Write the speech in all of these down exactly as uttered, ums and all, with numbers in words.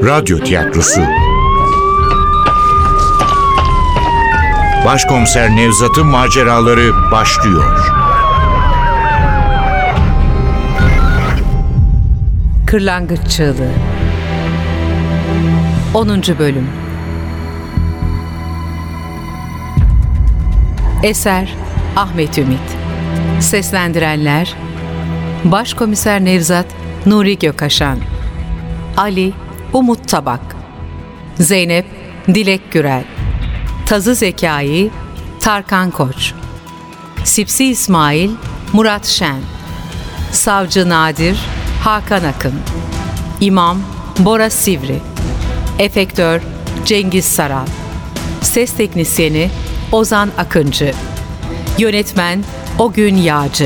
Radyo tiyatrosu. Başkomiser Nevzat'ın maceraları başlıyor. Kırlangıç Çığlığı onuncu bölüm. Eser Ahmet Ümit. Seslendirenler: Başkomiser Nevzat Nuri Gökaşan, Ali Umut Tabak, Zeynep Dilek Gürel, Tazı Zekai Tarkan Koç, Sipsi İsmail Murat Şen, Savcı Nadir Hakan Akın, İmam Bora Sivri, Efektör Cengiz Saral, Ses Teknisyeni Ozan Akıncı, Yönetmen Ogün Yağcı.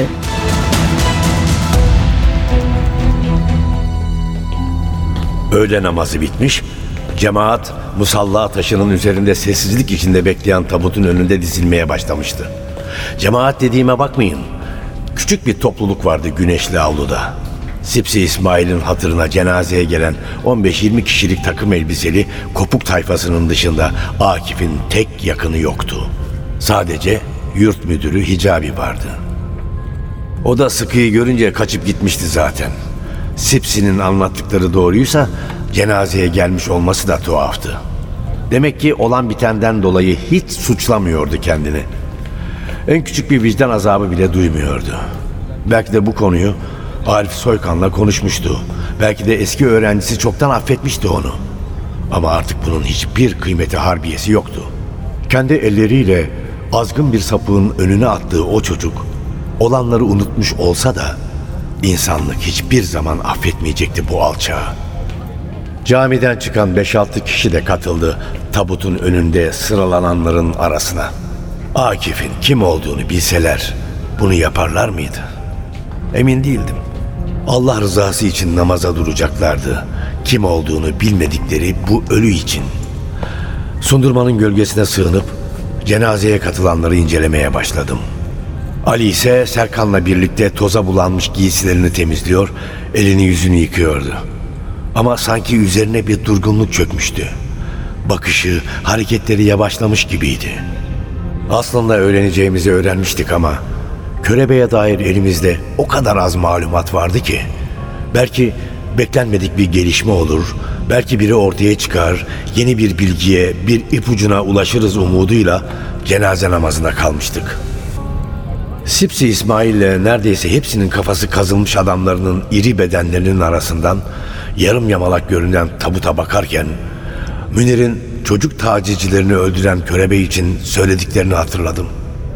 Öğle namazı bitmiş, cemaat musalla taşının üzerinde sessizlik içinde bekleyen tabutun önünde dizilmeye başlamıştı. Cemaat dediğime bakmayın, küçük bir topluluk vardı güneşli avluda. Sipsi İsmail'in hatırına cenazeye gelen on beş yirmi kişilik takım elbiseli kopuk tayfasının dışında Akif'in tek yakını yoktu. Sadece yurt müdürü Hicabi vardı. O da Sıkı'yı görünce kaçıp gitmişti zaten. Sipsi'nin anlattıkları doğruysa cenazeye gelmiş olması da tuhaftı. Demek ki olan bitenden dolayı hiç suçlamıyordu kendini. En küçük bir vicdan azabı bile duymuyordu. Belki de bu konuyu Arif Soykan'la konuşmuştu. Belki de eski öğrencisi çoktan affetmişti onu. Ama artık bunun hiçbir kıymeti harbiyesi yoktu. Kendi elleriyle azgın bir sapığın önüne attığı o çocuk olanları unutmuş olsa da insanlık hiçbir zaman affetmeyecekti bu alçağı. Camiden çıkan beş altı kişi de katıldı tabutun önünde sıralananların arasına. Akif'in kim olduğunu bilseler bunu yaparlar mıydı? Emin değildim. Allah rızası için namaza duracaklardı. Kim olduğunu bilmedikleri bu ölü için. Sundurmanın gölgesine sığınıp cenazeye katılanları incelemeye başladım. Ali ise Serkan'la birlikte toza bulanmış giysilerini temizliyor, elini yüzünü yıkıyordu. Ama sanki üzerine bir durgunluk çökmüştü. Bakışı, hareketleri yavaşlamış gibiydi. Aslında öğreneceğimizi öğrenmiştik ama Körebe'ye dair elimizde o kadar az malumat vardı ki belki beklenmedik bir gelişme olur, belki biri ortaya çıkar, yeni bir bilgiye, bir ipucuna ulaşırız umuduyla cenaze namazına kalmıştık. Sipsi İsmail'le neredeyse hepsinin kafası kazılmış adamlarının iri bedenlerinin arasından yarım yamalak görünen tabuta bakarken Münir'in çocuk tacizcilerini öldüren Körebe için söylediklerini hatırladım.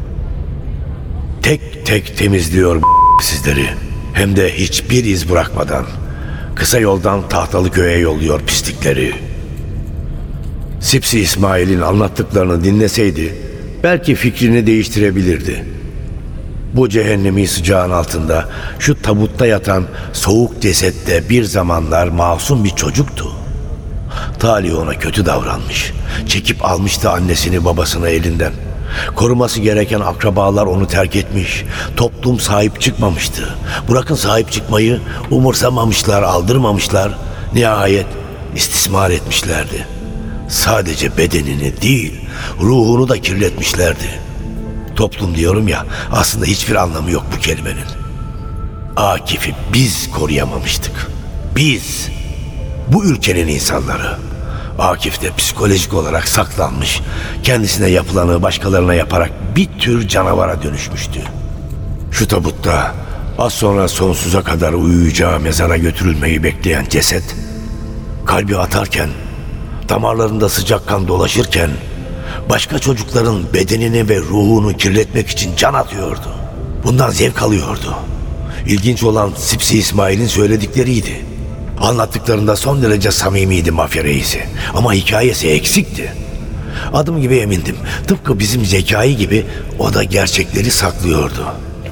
Tek tek temizliyor sizleri, hem de hiçbir iz bırakmadan. Kısa yoldan Tahtalıköy'e yolluyor pislikleri. Sipsi İsmail'in anlattıklarını dinleseydi belki fikrini değiştirebilirdi. Bu cehennemi sıcağın altında şu tabutta yatan soğuk cesette bir zamanlar masum bir çocuktu. Talih ona kötü davranmış. Çekip almıştı annesini babasını elinden. Koruması gereken akrabalar onu terk etmiş. Toplum sahip çıkmamıştı. Bırakın sahip çıkmayı, umursamamışlar, aldırmamışlar. Nihayet istismar etmişlerdi. Sadece bedenini değil, ruhunu da kirletmişlerdi. Toplum diyorum ya, aslında hiçbir anlamı yok bu kelimenin. Akif'i biz koruyamamıştık. Biz, bu ülkenin insanları. Akif de psikolojik olarak saklanmış, kendisine yapılanı başkalarına yaparak bir tür canavara dönüşmüştü. Şu tabutta az sonra sonsuza kadar uyuyacağı mezara götürülmeyi bekleyen ceset, kalbi atarken, damarlarında sıcak kan dolaşırken, başka çocukların bedenini ve ruhunu kirletmek için can atıyordu. Bundan zevk alıyordu. İlginç olan Sipsi İsmail'in söyledikleriydi. Anlattıklarında son derece samimiydi mafya reisi. Ama hikayesi eksikti. Adım gibi emindim. Tıpkı bizim Zekai gibi o da gerçekleri saklıyordu.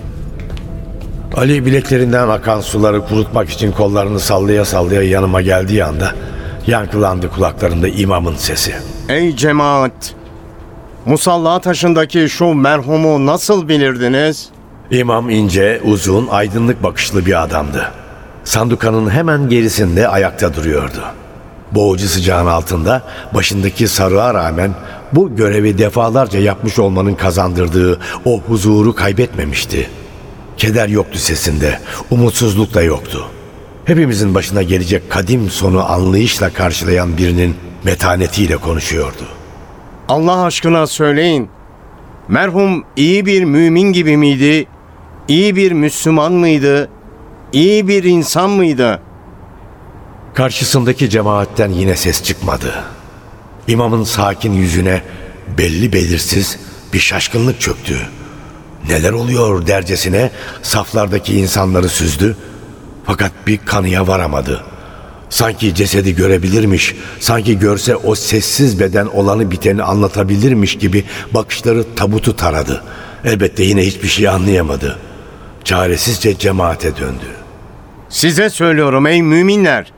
Ali bileklerinden akan suları kurutmak için kollarını sallaya sallaya yanıma geldiği anda yankılandı kulaklarında imamın sesi. Ey cemaat! Musalla taşındaki şu merhumu nasıl bilirdiniz? İmam ince, uzun, aydınlık bakışlı bir adamdı. Sandukanın hemen gerisinde ayakta duruyordu. Boğucu sıcağın altında başındaki sarığa rağmen bu görevi defalarca yapmış olmanın kazandırdığı o huzuru kaybetmemişti. Keder yoktu sesinde, umutsuzluk da yoktu. Hepimizin başına gelecek kadim sonu anlayışla karşılayan birinin metanetiyle konuşuyordu. Allah aşkına söyleyin. Merhum iyi bir mümin gibi miydi? İyi bir Müslüman mıydı? İyi bir insan mıydı? Karşısındaki cemaatten yine ses çıkmadı. İmamın sakin yüzüne belli belirsiz bir şaşkınlık çöktü. Neler oluyor dercesine saflardaki insanları süzdü. Fakat bir kanıya varamadı. Sanki cesedi görebilirmiş, sanki görse o sessiz beden olanı biteni anlatabilirmiş gibi bakışları tabutu taradı. Elbette yine hiçbir şey anlayamadı. Çaresizce cemaate döndü. Size söylüyorum ey müminler.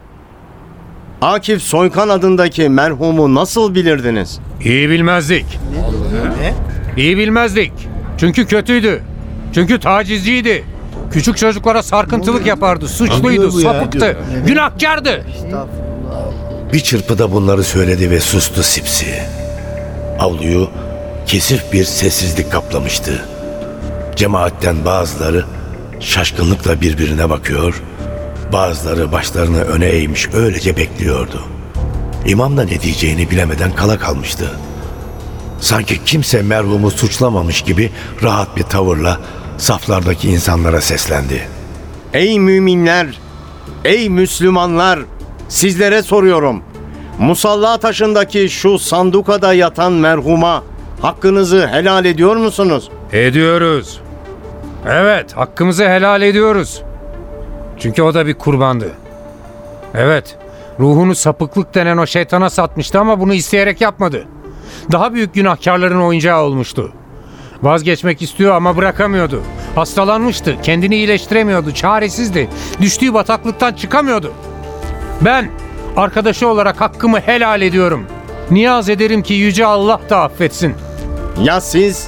Akif Soykan adındaki merhumu nasıl bilirdiniz? İyi bilmezdik. Ne? İyi bilmezdik. Çünkü kötüydü. Çünkü tacizciydi. Küçük çocuklara sarkıntılık yapardı. Suçluydu, sapıktı, günahkardı. Bir çırpıda bunları söyledi ve sustu Sipsi. Avluyu kesif bir sessizlik kaplamıştı. Cemaatten bazıları şaşkınlıkla birbirine bakıyor, bazıları başlarını öne eğmiş öylece bekliyordu. İmam da ne diyeceğini bilemeden kala kalmıştı. Sanki kimse merhumu suçlamamış gibi rahat bir tavırla saflardaki insanlara seslendi. Ey müminler, ey Müslümanlar, sizlere soruyorum. Musalla taşındaki şu sandukada yatan merhuma hakkınızı helal ediyor musunuz? Ediyoruz. Evet, hakkımızı helal ediyoruz. Çünkü o da bir kurbandı. Evet, ruhunu sapıklık denen o şeytana satmıştı ama bunu isteyerek yapmadı. Daha büyük günahkarların oyuncağı olmuştu. Vazgeçmek istiyor ama bırakamıyordu. Hastalanmıştı, kendini iyileştiremiyordu, çaresizdi. Düştüğü bataklıktan çıkamıyordu. Ben arkadaşı olarak hakkımı helal ediyorum. Niyaz ederim ki Yüce Allah da affetsin. Ya siz?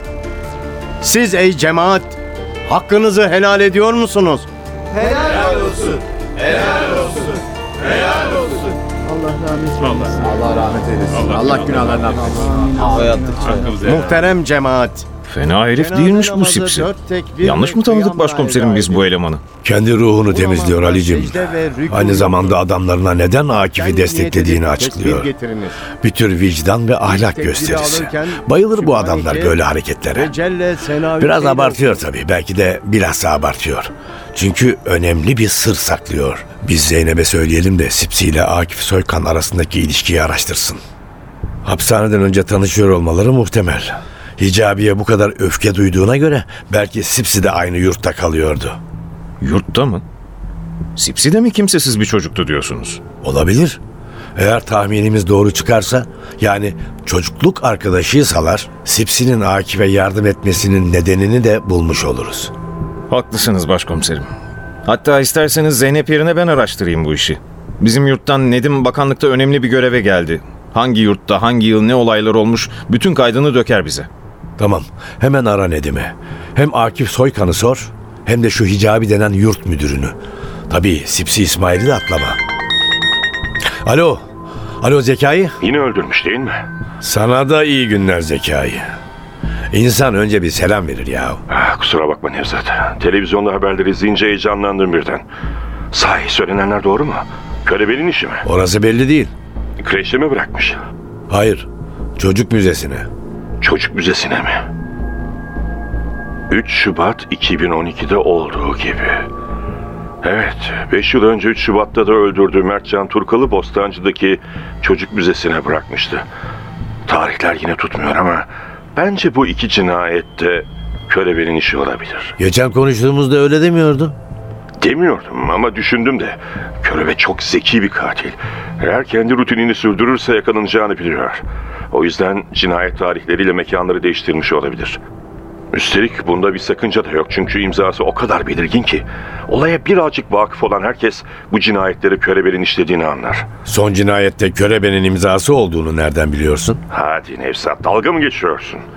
Siz ey cemaat, hakkınızı helal ediyor musunuz? Helal olsun. Helal olsun. Helal olsun. Allah rahmet eylesin. Allah rahmet eylesin. Allah, Allah günahlarını affetsin. Hayatta Muhterem cemaat. Fena herif değilmiş bu Sipsi. Yanlış mı tanıdık başkomiserim biz bu elemanı? Kendi ruhunu temizliyor Ali'cim. Aynı zamanda adamlarına neden Akif'i desteklediğini açıklıyor. Bir tür vicdan ve ahlak gösterisi. Bayılır bu adamlar böyle hareketlere. Biraz abartıyor tabii. Belki de bilhassa abartıyor. Çünkü önemli bir sır saklıyor. Biz Zeynep'e söyleyelim de Sipsi ile Akif Soykan arasındaki ilişkiyi araştırsın. Hapishaneden önce tanışıyor olmaları muhtemel. Hicabi'ye bu kadar öfke duyduğuna göre belki Sipsi de aynı yurtta kalıyordu. Yurtta mı? Sipsi de mi kimsesiz bir çocuktu diyorsunuz? Olabilir. Eğer tahminimiz doğru çıkarsa, yani çocukluk arkadaşıysalar, Sipsi'nin Akif'e yardım etmesinin nedenini de bulmuş oluruz. Haklısınız başkomiserim. Hatta isterseniz Zeynep yerine ben araştırayım bu işi. Bizim yurttan Nedim bakanlıkta önemli bir göreve geldi. Hangi yurtta, hangi yıl ne olaylar olmuş bütün kaydını döker bize. Tamam, hemen ara Nedim'i. Hem Akif Soykan'ı sor, hem de şu Hicabi denen yurt müdürünü. Tabii Sipsi İsmail'i de atlama. Alo, alo Zekai. Yine öldürmüş değil mi? Sana da iyi günler Zekai. İnsan önce bir selam verir ya. Ah, kusura bakma Nevzat. Televizyonda haberleri izleyince heyecanlandım birden. Sahi söylenenler doğru mu? Kölebenin işi mi? Orası belli değil. Kreşe mi bırakmış? Hayır, çocuk müzesine. Çocuk müzesine mi? üç Şubat iki bin on ikide olduğu gibi. Evet, beş yıl önce üç Şubat'ta da öldürdüğü Mertcan Turkalı Bostancı'daki çocuk müzesine bırakmıştı. Tarihler yine tutmuyor ama bence bu iki cinayette kölebenin işi olabilir. Geçen konuştuğumuzda öyle demiyordun. Demiyordum ama düşündüm de körebe çok zeki bir katil. Eğer kendi rutinini sürdürürse yakalanacağını biliyor. O yüzden cinayet tarihleriyle mekanları değiştirmiş olabilir. Üstelik bunda bir sakınca da yok çünkü imzası o kadar belirgin ki olaya birazcık vakıf olan herkes bu cinayetleri körebenin işlediğini anlar. Son cinayette körebenin imzası olduğunu nereden biliyorsun? Hadi Nevzat, dalga mı geçiyorsun?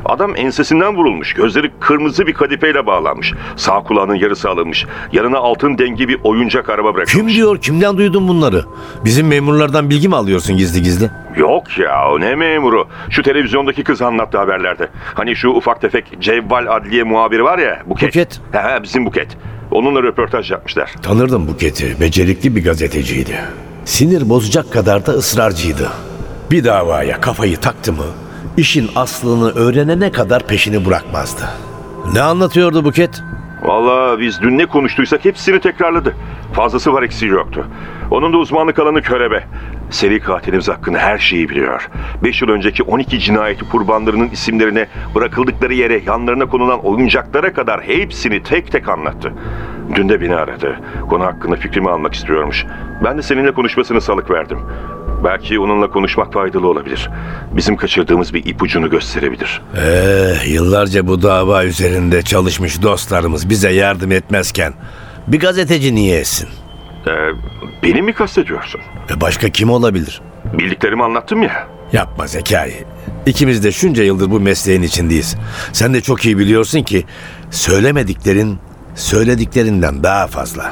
Adam ensesinden vurulmuş. Gözleri kırmızı bir kadifeyle bağlanmış. Sağ kulağının yarısı alınmış. Yanına altın dengi bir oyuncak araba bırakılmış. Kim diyor? Kimden duydun bunları? Bizim memurlardan bilgi mi alıyorsun gizli gizli? Yok ya, ne memuru? Şu televizyondaki kız anlattı haberlerde. Hani şu ufak tefek Cevval Adliye muhabiri var ya, Buket. Buket? He he, bizim Buket. Onunla röportaj yapmışlar. Tanırdım Buket'i. Becerikli bir gazeteciydi. Sinir bozacak kadar da ısrarcıydı. Bir davaya kafayı taktı mı işin aslını öğrenene kadar peşini bırakmazdı. Ne anlatıyordu Buket? Vallahi biz dün ne konuştuysak hepsini tekrarladı. Fazlası var, eksiği yoktu. Onun da uzmanlık alanı körebe. Seri katilimiz hakkında her şeyi biliyor. Beş yıl önceki on iki cinayeti kurbanlarının isimlerine, bırakıldıkları yere, yanlarına konulan oyuncaklara kadar hepsini tek tek anlattı. Dün de beni aradı. Konu hakkında fikrimi almak istiyormuş. Ben de seninle konuşmasını salık verdim. Belki onunla konuşmak faydalı olabilir. Bizim kaçırdığımız bir ipucunu gösterebilir. Eee yıllarca bu dava üzerinde çalışmış dostlarımız bize yardım etmezken bir gazeteci niye etsin? Ee, beni mi kastediyorsun? E başka kim olabilir? Bildiklerimi anlattım ya. Yapma Zekai. İkimiz de şunca yıldır bu mesleğin içindeyiz. Sen de çok iyi biliyorsun ki söylemediklerin söylediklerinden daha fazla.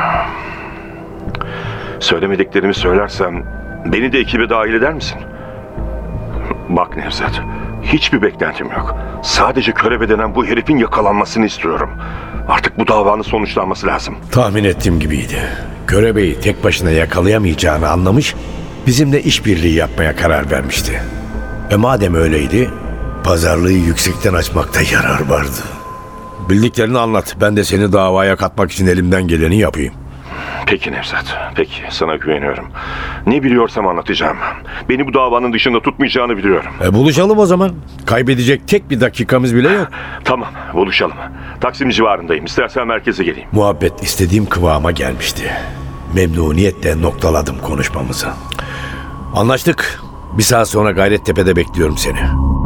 Söylemediklerimi söylersem beni de ekibe dahil eder misin? Bak Nevzat, hiçbir beklentim yok. Sadece körebe denen bu herifin yakalanmasını istiyorum. Artık bu davanın sonuçlanması lazım. Tahmin ettiğim gibiydi. Körebeyi tek başına yakalayamayacağını anlamış, bizimle işbirliği yapmaya karar vermişti. E madem öyleydi, pazarlığı yüksekten açmakta yarar vardı. Bildiklerini anlat, ben de seni davaya katmak için elimden geleni yapayım. Peki Nevzat, peki, sana güveniyorum. Ne biliyorsam anlatacağım. Beni bu davanın dışında tutmayacağını biliyorum. E buluşalım o zaman. Kaybedecek tek bir dakikamız bile yok. Tamam, buluşalım. Taksim civarındayım. İstersen merkeze geleyim. Muhabbet istediğim kıvama gelmişti. Memnuniyetle noktaladım konuşmamızı. Anlaştık. Bir saat sonra Gayrettepe'de bekliyorum seni.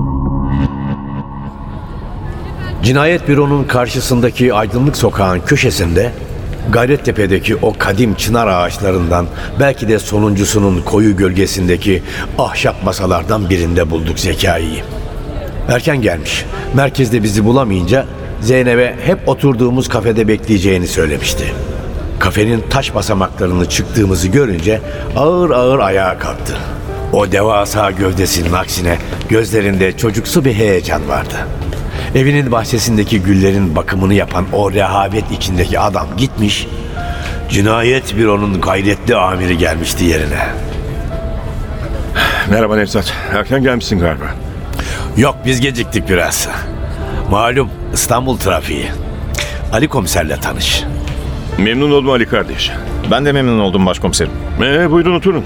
Cinayet büronun karşısındaki aydınlık sokağın köşesinde Gayrettepe'deki o kadim çınar ağaçlarından belki de sonuncusunun koyu gölgesindeki ahşap masalardan birinde bulduk Zekai'yi. Erken gelmiş. Merkezde bizi bulamayınca Zeynep'e hep oturduğumuz kafede bekleyeceğini söylemişti. Kafenin taş basamaklarını çıktığımızı görünce ağır ağır ayağa kalktı. O devasa gövdesinin aksine gözlerinde çocuksu bir heyecan vardı. Evinin bahçesindeki güllerin bakımını yapan o rehavet içindeki adam gitmiş, cinayet büronun gayretli amiri gelmişti yerine. Merhaba Nevzat, erken gelmişsin galiba. Yok, biz geciktik biraz. Malum İstanbul trafiği. Ali komiserle tanış. Memnun oldum Ali kardeş. Ben de memnun oldum başkomiserim. Ee, buyurun oturun.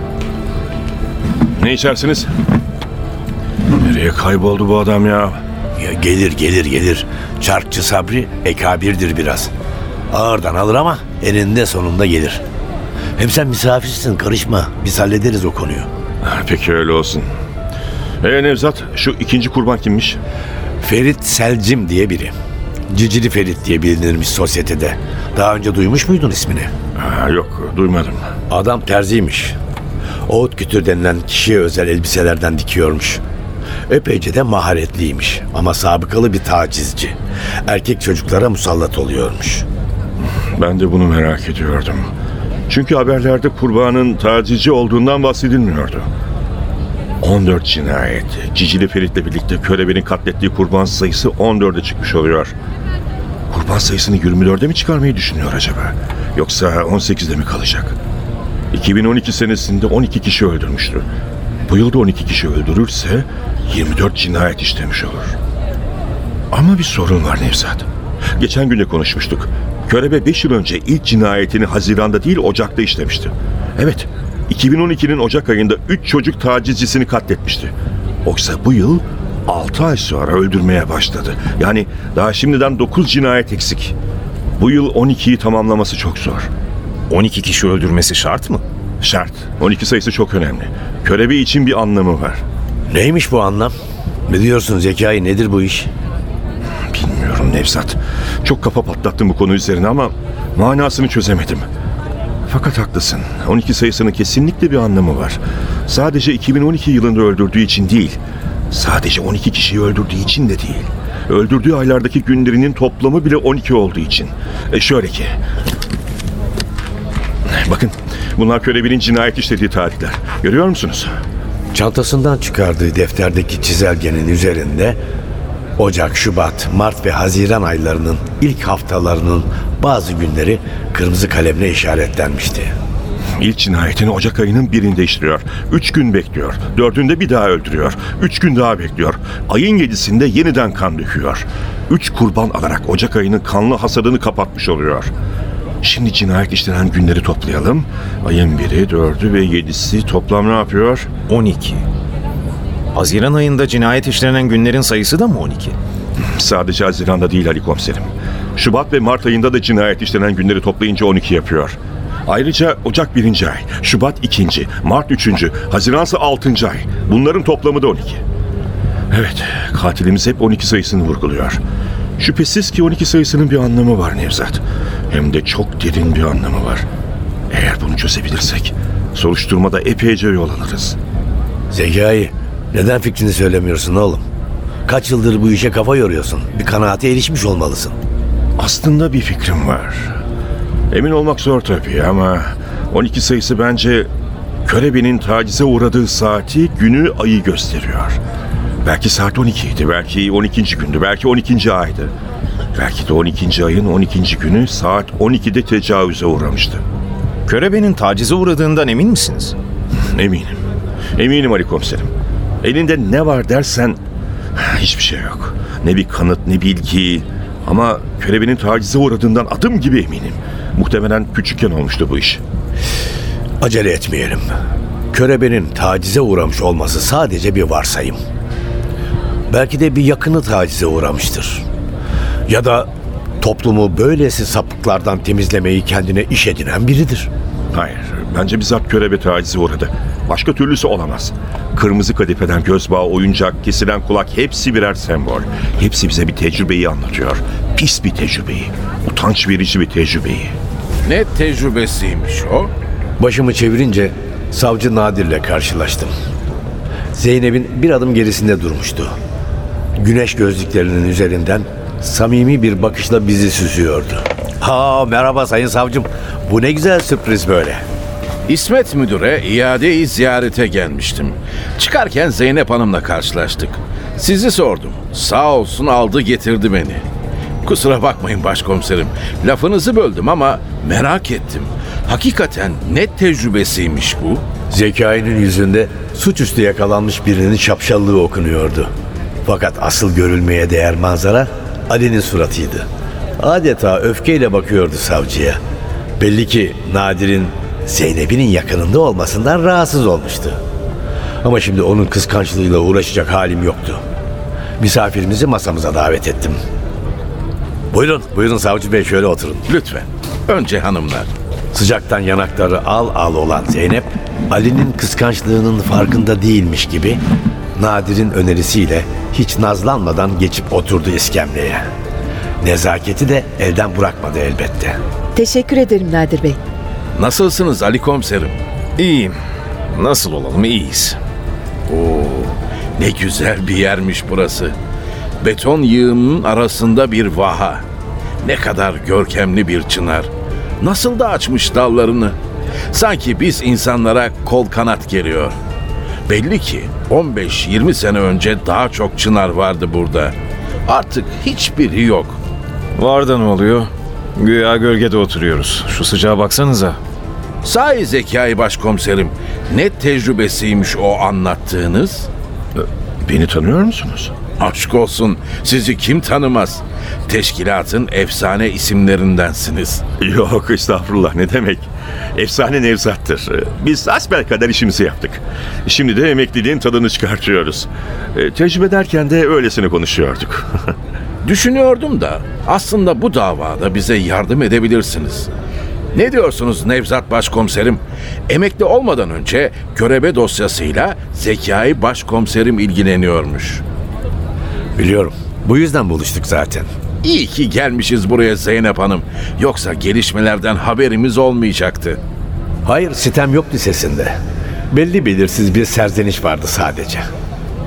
Ne içersiniz? Nereye kayboldu bu adam ya? Ya gelir gelir gelir. Çarkçı Sabri ekabirdir biraz. Ağırdan alır ama eninde sonunda gelir. Hem sen misafirsin, karışma. Biz hallederiz o konuyu. Peki öyle olsun. Ee Nevzat, şu ikinci kurban kimmiş? Ferit Selcim diye biri. Cicili Ferit diye bilinirmiş sosyetede. Daha önce duymuş muydun ismini? Ha, yok, duymadım. Adam terziymiş. Oğut kütür denilen kişiye özel elbiselerden dikiyormuş. Epeyce de maharetliymiş ama sabıkalı bir tacizci. Erkek çocuklara musallat oluyormuş. Ben de bunu merak ediyordum. Çünkü haberlerde kurbanın tacizci olduğundan bahsedilmiyordu. on dört cinayet. Cicili Ferit'le birlikte körebenin katlettiği kurban sayısı on dörde çıkmış oluyor. Kurban sayısını yirmi dörde mi çıkarmayı düşünüyor acaba? Yoksa on sekizde mi kalacak? iki bin on iki senesinde on iki kişi öldürmüştü. Bu yıl da on iki kişi öldürürse yirmi dört cinayet işlemiş olur. Ama bir sorun var Nevzat. Geçen gün de konuşmuştuk. Körebe beş yıl önce ilk cinayetini Haziran'da değil Ocak'ta işlemişti. Evet, iki bin on ikinin Ocak ayında üç çocuk tacizcisini katletmişti. Oysa bu yıl altı ay sonra öldürmeye başladı. Yani daha şimdiden dokuz cinayet eksik. Bu yıl on ikiyi tamamlaması çok zor. on iki kişi öldürmesi şart mı? Şart. on iki sayısı çok önemli. Körebe için bir anlamı var. Neymiş bu anlam? Ne diyorsun Zekai, nedir bu iş? Bilmiyorum Nevzat. Çok kafa patlattım bu konu üzerine ama manasını çözemedim. Fakat haklısın. on iki sayısının kesinlikle bir anlamı var. Sadece iki bin on iki yılında öldürdüğü için değil, Sadece on iki kişiyi öldürdüğü için de değil. Öldürdüğü aylardaki günlerinin toplamı bile on iki olduğu için. E şöyle ki... Bakın, bunlar Körebe'nin cinayet işlediği tarihler. Görüyor musunuz? Çantasından çıkardığı defterdeki çizelgenin üzerinde Ocak, Şubat, Mart ve Haziran aylarının ilk haftalarının bazı günleri kırmızı kalemle işaretlenmişti. İlk cinayetini Ocak ayının birinde işliyor. Üç gün bekliyor. Dördünde bir daha öldürüyor. Üç gün daha bekliyor. Ayın yedisinde yeniden kan döküyor. Üç kurban alarak Ocak ayının kanlı hasadını kapatmış oluyor. Şimdi cinayet işlenen günleri toplayalım. Ayın biri, dördü ve yedisi toplam ne yapıyor? on iki. Haziran ayında cinayet işlenen günlerin sayısı da mı on iki? Sadece Haziran'da değil Ali Komiserim. Şubat ve Mart ayında da cinayet işlenen günleri toplayınca on iki yapıyor. Ayrıca Ocak birinci ay, Şubat ikinci, Mart üçüncü, Haziran'sa altıncı ay. Bunların toplamı da on iki. Evet, katilimiz hep on iki sayısını vurguluyor. Şüphesiz ki on iki sayısının bir anlamı var Nevzat. Hem de çok derin bir anlamı var. Eğer bunu çözebilirsek soruşturmada epeyce yol alırız. Zekai, neden fikrini söylemiyorsun oğlum? Kaç yıldır bu işe kafa yoruyorsun. Bir kanaate erişmiş olmalısın. Aslında bir fikrim var. Emin olmak zor tabii ama on iki sayısı bence Körebe'nin tacize uğradığı saati, günü, ayı gösteriyor. Belki saat on ikiydi, belki on ikinci gündü, belki on ikinci aydı. Belki de on ikinci ayın on ikinci günü saat on ikide tecavüze uğramıştı. Körebe'nin tacize uğradığından emin misiniz? Eminim. Eminim Ali Komiserim. Elinde ne var dersen hiçbir şey yok. Ne bir kanıt, ne bilgi. Ama Körebe'nin tacize uğradığından adım gibi eminim. Muhtemelen küçükken olmuştu bu iş. Acele etmeyelim. Körebe'nin tacize uğramış olması sadece bir varsayım. Belki de bir yakını tacize uğramıştır. Ya da toplumu böylesi sapıklardan temizlemeyi kendine iş edinen biridir. Hayır, bence bizzat Körebe tacize uğradı. Başka türlüsü olamaz. Kırmızı kadifeden göz bağı, oyuncak, kesilen kulak hepsi birer sembol. Hepsi bize bir tecrübeyi anlatıyor. Pis bir tecrübeyi, utanç verici bir tecrübeyi. Ne tecrübesiymiş o? Başımı çevirince savcı Nadir'le karşılaştım. Zeynep'in bir adım gerisinde durmuştu. Güneş gözlüklerinin üzerinden samimi bir bakışla bizi süzüyordu. Ha, merhaba sayın savcım. Bu ne güzel sürpriz böyle. İsmet Müdür'e iade-i ziyarete gelmiştim. Çıkarken Zeynep Hanım'la karşılaştık. Sizi sordum. Sağ olsun aldı getirdi beni. Kusura bakmayın başkomiserim. Lafınızı böldüm ama merak ettim. Hakikaten ne tecrübesiymiş bu? Zekai'nin yüzünde suçüstü yakalanmış birinin şapşallığı okunuyordu. Fakat asıl görülmeye değer manzara Ali'nin suratıydı. Adeta öfkeyle bakıyordu savcıya. Belli ki Nadir'in Zeynep'inin yakınında olmasından rahatsız olmuştu. Ama şimdi onun kıskançlığıyla uğraşacak halim yoktu. Misafirimizi masamıza davet ettim. Buyurun, buyurun savcı bey, şöyle oturun. Lütfen. Önce hanımlar. Sıcaktan yanakları al al olan Zeynep, Ali'nin kıskançlığının farkında değilmiş gibi Nadir'in önerisiyle hiç nazlanmadan geçip oturdu iskemleye. Nezaketi de elden bırakmadı elbette. Teşekkür ederim Nadir Bey. Nasılsınız Ali komiserim? İyiyim. Nasıl olalım, iyiyiz. Oo, ne güzel bir yermiş burası. Beton yığınının arasında bir vaha. Ne kadar görkemli bir çınar. Nasıl da açmış dallarını. Sanki biz insanlara kol kanat geliyor. Belli ki on beş yirmi sene önce daha çok çınar vardı burada. Artık hiçbiri yok. Var da ne oluyor? Güya gölgede oturuyoruz. Şu sıcağa baksanıza. Sahi Zekai başkomiserim, ne tecrübesiymiş o anlattığınız? Beni tanıyor musunuz? Aşk olsun, sizi kim tanımaz? Teşkilatın efsane isimlerindensiniz. Yok estağfurullah, ne demek. Efsane Nevzat'tır. Biz asbelkader işimizi yaptık. Şimdi de emekliliğin tadını çıkartıyoruz. E, tecrübe derken de öylesine konuşuyorduk. Düşünüyordum da aslında bu davada bize yardım edebilirsiniz. Ne diyorsunuz Nevzat başkomiserim? Emekli olmadan önce Körebe dosyasıyla Zekai başkomiserim ilgileniyormuş. Biliyorum. Bu yüzden buluştuk zaten. İyi ki gelmişiz buraya Zeynep Hanım. Yoksa gelişmelerden haberimiz olmayacaktı. Hayır, sitem yoktu sesinde. Belli belirsiz bir serzeniş vardı sadece.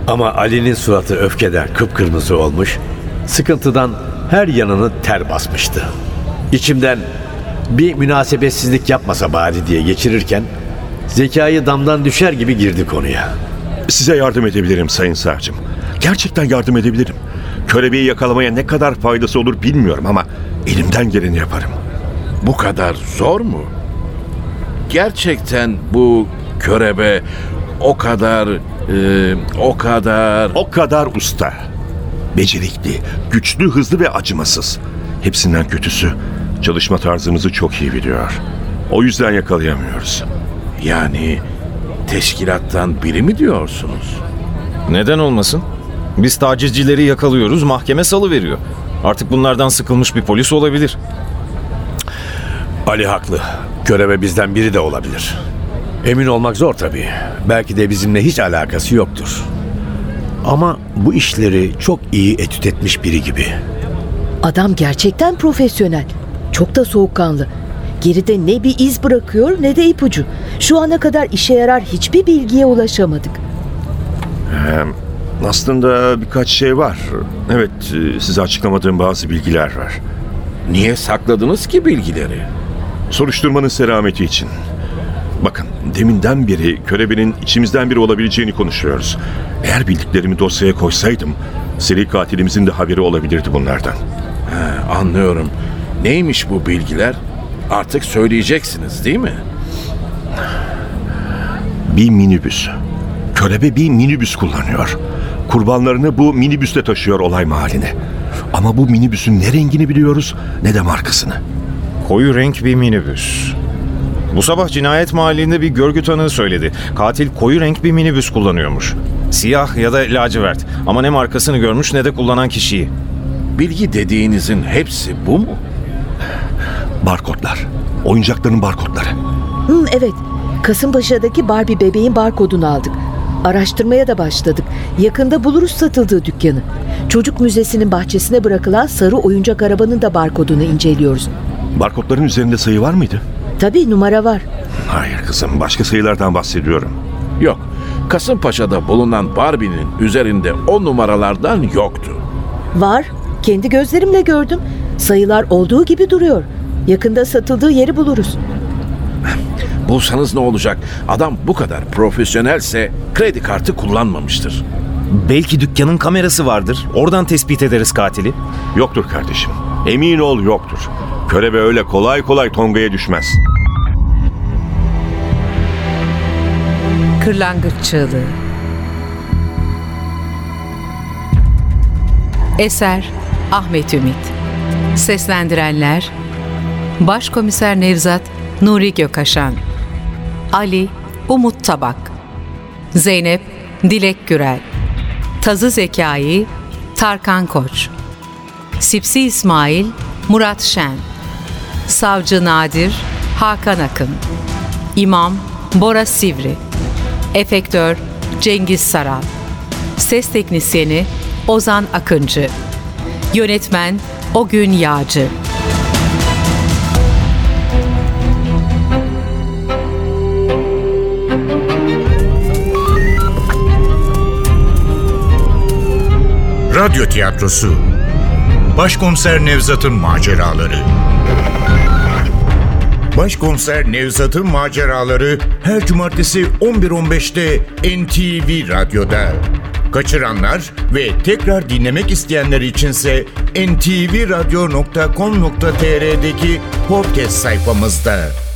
Ama Ali'nin suratı öfkeden kıpkırmızı olmuş, sıkıntıdan her yanını ter basmıştı. İçimden bir münasebetsizlik yapmasa bari diye geçirirken Zekai damdan düşer gibi girdi konuya. Size yardım edebilirim Sayın Savcım. Gerçekten yardım edebilirim. Kölebeği yakalamaya ne kadar faydası olur bilmiyorum ama elimden geleni yaparım. Bu kadar zor mu? Gerçekten bu körebe o kadar, e, o kadar... O kadar usta. Becerikli, güçlü, hızlı ve acımasız. Hepsinden kötüsü, çalışma tarzımızı çok iyi biliyor. O yüzden yakalayamıyoruz. Yani teşkilattan biri mi diyorsunuz? Neden olmasın? Biz tacizcileri yakalıyoruz, mahkeme salıveriyor. Artık bunlardan sıkılmış bir polis olabilir. Ali haklı. Körebe bizden biri de olabilir. Emin olmak zor tabii. Belki de bizimle hiç alakası yoktur. Ama bu işleri çok iyi etüt etmiş biri gibi. Adam gerçekten profesyonel. Çok da soğukkanlı. Geride ne bir iz bırakıyor ne de ipucu. Şu ana kadar işe yarar hiçbir bilgiye ulaşamadık. Aslında birkaç şey var. Evet, size açıklamadığım bazı bilgiler var. Niye sakladınız ki bilgileri? Soruşturmanın selameti için. Bakın, deminden beri körebenin içimizden biri olabileceğini konuşuyoruz. Eğer bildiklerimi dosyaya koysaydım, seri katilimizin de haberi olabilirdi bunlardan. He, anlıyorum. Neymiş bu bilgiler? Artık söyleyeceksiniz değil mi? Bir minibüs. Körebe bir minibüs kullanıyor. Kurbanlarını bu minibüste taşıyor olay mahalline. Ama bu minibüsün ne rengini biliyoruz ne de markasını. Koyu renk bir minibüs. Bu sabah cinayet mahallinde bir görgü tanığı söyledi. Katil koyu renk bir minibüs kullanıyormuş. Siyah ya da lacivert. Ama ne markasını görmüş ne de kullanan kişiyi. Bilgi dediğinizin hepsi bu mu? Barkodlar. Oyuncakların barkodları. Hı, evet. Kasımpaşa'daki Barbie bebeğin barkodunu aldık. Araştırmaya da başladık. Yakında buluruz satıldığı dükkanı. Çocuk müzesinin bahçesine bırakılan sarı oyuncak arabanın da barkodunu inceliyoruz. Barkodların üzerinde sayı var mıydı? Tabii numara var. Hayır kızım, başka sayılardan bahsediyorum. Yok. Kasımpaşa'da bulunan Barbie'nin üzerinde o numaralardan yoktu. Var. Kendi gözlerimle gördüm. Sayılar olduğu gibi duruyor. Yakında satıldığı yeri buluruz. Bulsanız ne olacak? Adam bu kadar profesyonelse kredi kartı kullanmamıştır. Belki dükkanın kamerası vardır. Oradan tespit ederiz katili. Yoktur kardeşim. Emin ol yoktur. Körebe öyle kolay kolay tongaya düşmez. Kırlangıç Çığlığı. Eser Ahmet Ümit. Seslendirenler Başkomiser Nevzat Nuri Gökaşan, Ali Umut Tabak, Zeynep Dilek Gürel, Tazı Zekai Tarkan Koç, Sipsi İsmail Murat Şen, Savcı Nadir Hakan Akın, İmam Bora Sivri, Efektör Cengiz Saral, Ses Teknisyeni Ozan Akıncı, Yönetmen Ogün Yağcı. Radyo tiyatrosu Başkomiser Nevzat'ın maceraları. Başkomiser Nevzat'ın maceraları her cumartesi on bir on beşte N T V Radyo'da. Kaçıranlar ve tekrar dinlemek isteyenler içinse en ti vi radyo nokta com nokta tr''deki podcast sayfamızda.